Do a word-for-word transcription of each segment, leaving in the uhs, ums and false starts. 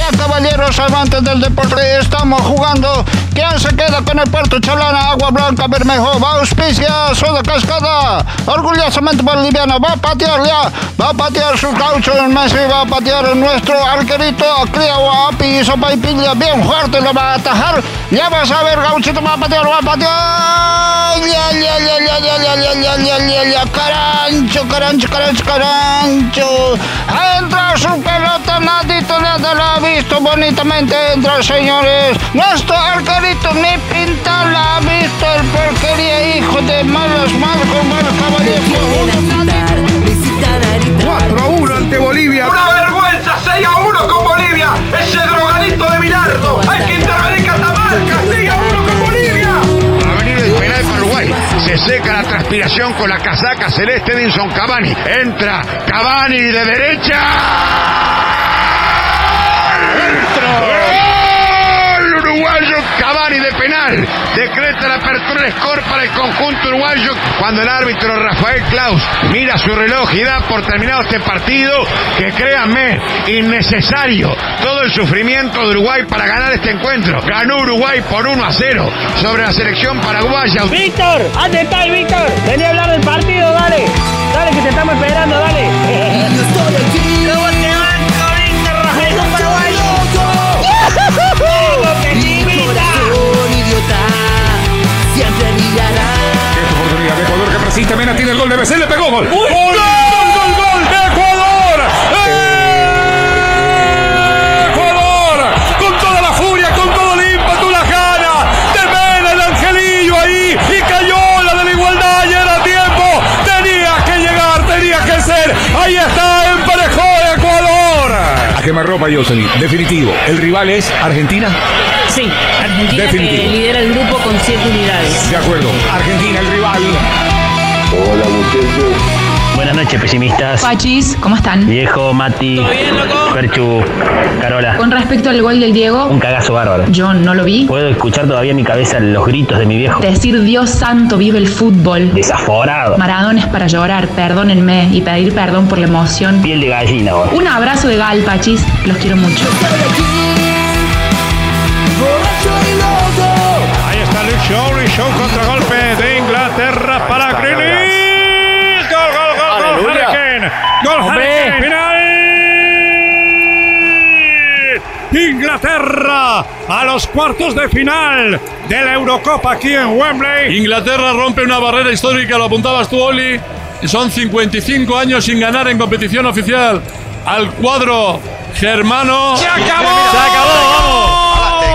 Ya, caballeros amantes del deporte, estamos jugando. ¿Quién se queda con el Puerto Chalana? Agua Blanca Bermejo, va auspicia, Soda Cascada, orgullosamente boliviano, va a patear ya, va a patear su caucho en Messi, va a patear nuestro arquerito, Clio, Api, Sopa y Pilla, bien fuerte, lo va a atajar, ya vas a ver, Gauchito va a patear, va a patear, ya, ya, ya, ya, ya, ya, ya, ya, ya, ya, ya, carancho, carancho, carancho, carancho, entra su pelota, nadito, nada la ha visto bonitamente, entra, señores, nuestro arquerito ni pinta la ha visto el porquería, hijo de malas manos con malos caballeros. cuatro a uno ante Bolivia. ¡Una vergüenza! seis a uno con Bolivia. Ese drogadito de Bilardo. Hay que intervenir Catamarca. seis a uno con Bolivia. Va a venir el penal para Uruguay. Se seca la transpiración con la casaca celeste de Edinson Cavani. Entra Cavani de derecha. Uruguayo, Cavani de penal, decreta la apertura del score para el conjunto uruguayo cuando el árbitro Rafael Claus mira su reloj y da por terminado este partido que, créanme, innecesario todo el sufrimiento de Uruguay para ganar este encuentro. Ganó Uruguay por uno a cero sobre la selección paraguaya. Víctor, ¿dónde está el Víctor? Vení a hablar del partido, dale, dale que te estamos esperando, dale. Yo estoy aquí. ¿Cómo te va, Víctor, Rafael, con Paraguay? Esta oportunidad de Ecuador que persiste, Mena tiene el gol de B C, le pegó gol. ¡Gol, gol, gol, gol de Ecuador! ¡Ecuador! Con toda la furia, con todo el ímpetu, la gana de Mena, el angelillo ahí, y cayó la de la igualdad, y era tiempo, tenía que llegar, tenía que ser, ahí está, emparejó Ecuador. A quemarropa, Jocelyn, definitivo, el rival es Argentina. Sí, Argentina Definitivo. Que lidera el grupo con siete unidades. De acuerdo, Argentina el rival. Hola muchachos. Buenas noches, pesimistas. Pachis, ¿cómo están? Viejo, Mati, ¿Todo bien, loco? Perchu, Carola. Con respecto al gol del Diego, Un cagazo bárbaro. yo no lo vi. Puedo escuchar todavía en mi cabeza los gritos de mi viejo. Decir Dios santo, vive el fútbol. Desaforado. Maradona es para llorar, perdónenme y pedir perdón por la emoción. Piel de gallina, vos. Un abrazo de Gal, Pachis, los quiero mucho. Ahí está Luke Shaw, Luke Shaw, contragolpe de Inglaterra para Grealish. Gol, gol, gol, gol, Harry Kane. Gol, Harry Kane, final. Inglaterra a los cuartos de final de la Eurocopa aquí en Wembley. Inglaterra rompe una barrera histórica, lo apuntabas tú, Oli. Son cincuenta y cinco años sin ganar en competición oficial al cuadro germano. ¡Se acabó! ¡Se acabó! ¡Vamos!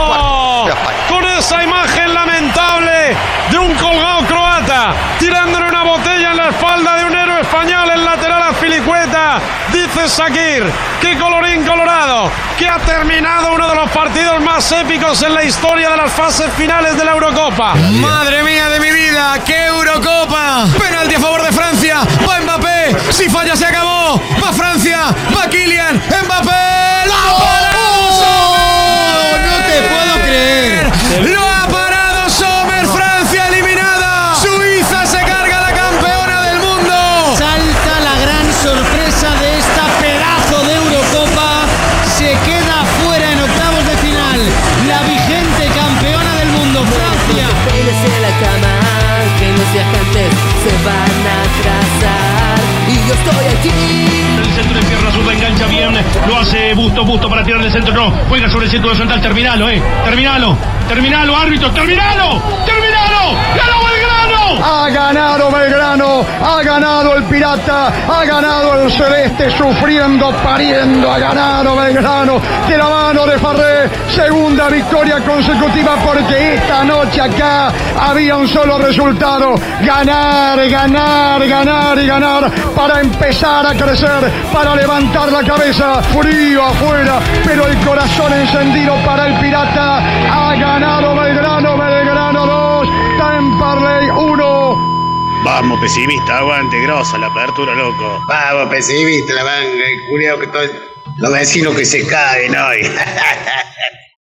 Con esa imagen lamentable de un colgado croata tirándole una botella en la espalda de un héroe español, el lateral Azpilicueta, dice Shakir, qué colorín colorado, que ha terminado uno de los partidos más épicos en la historia de las fases finales de la Eurocopa. Madre mía de mi vida, qué Eurocopa. Penalti a favor de Francia, va Mbappé, si falla se acabó, va Francia, va Kylian, Mbappé, ¡la paramos! No te puedo creer, lo ha parado Sommer, Francia eliminada, Suiza se carga la campeona del mundo. Salta la gran sorpresa de esta pedazo de Eurocopa, se queda fuera en octavos de final, la vigente campeona del mundo, Francia. En la cama, que no seas antes, se van a atrasar y yo estoy aquí. El centro de pierna zurda engancha bien, lo hace Busto, Busto para tirar el centro, no, juega sobre el centro de central, terminalo, eh, terminalo, terminalo, árbitro, terminalo, terminalo, ganó Belgrano. Ha ganado Belgrano, ha ganado el Pirata, ha ganado el Celeste, sufriendo, pariendo, ha ganado Belgrano, de la mano de Farré, segunda victoria consecutiva, porque esta noche acá había un solo resultado, ganar, ganar, ganar y ganar, para empezar a crecer, para levantar la cabeza, frío afuera, pero el corazón encendido para el Pirata. Ha ganado Belgrano, Belgrano dos, Temperley uno. Vamos, pesimista, aguante, grosa la apertura, loco. Vamos, pesimista, la manga, el culiao que todo... Los vecinos que se caen hoy.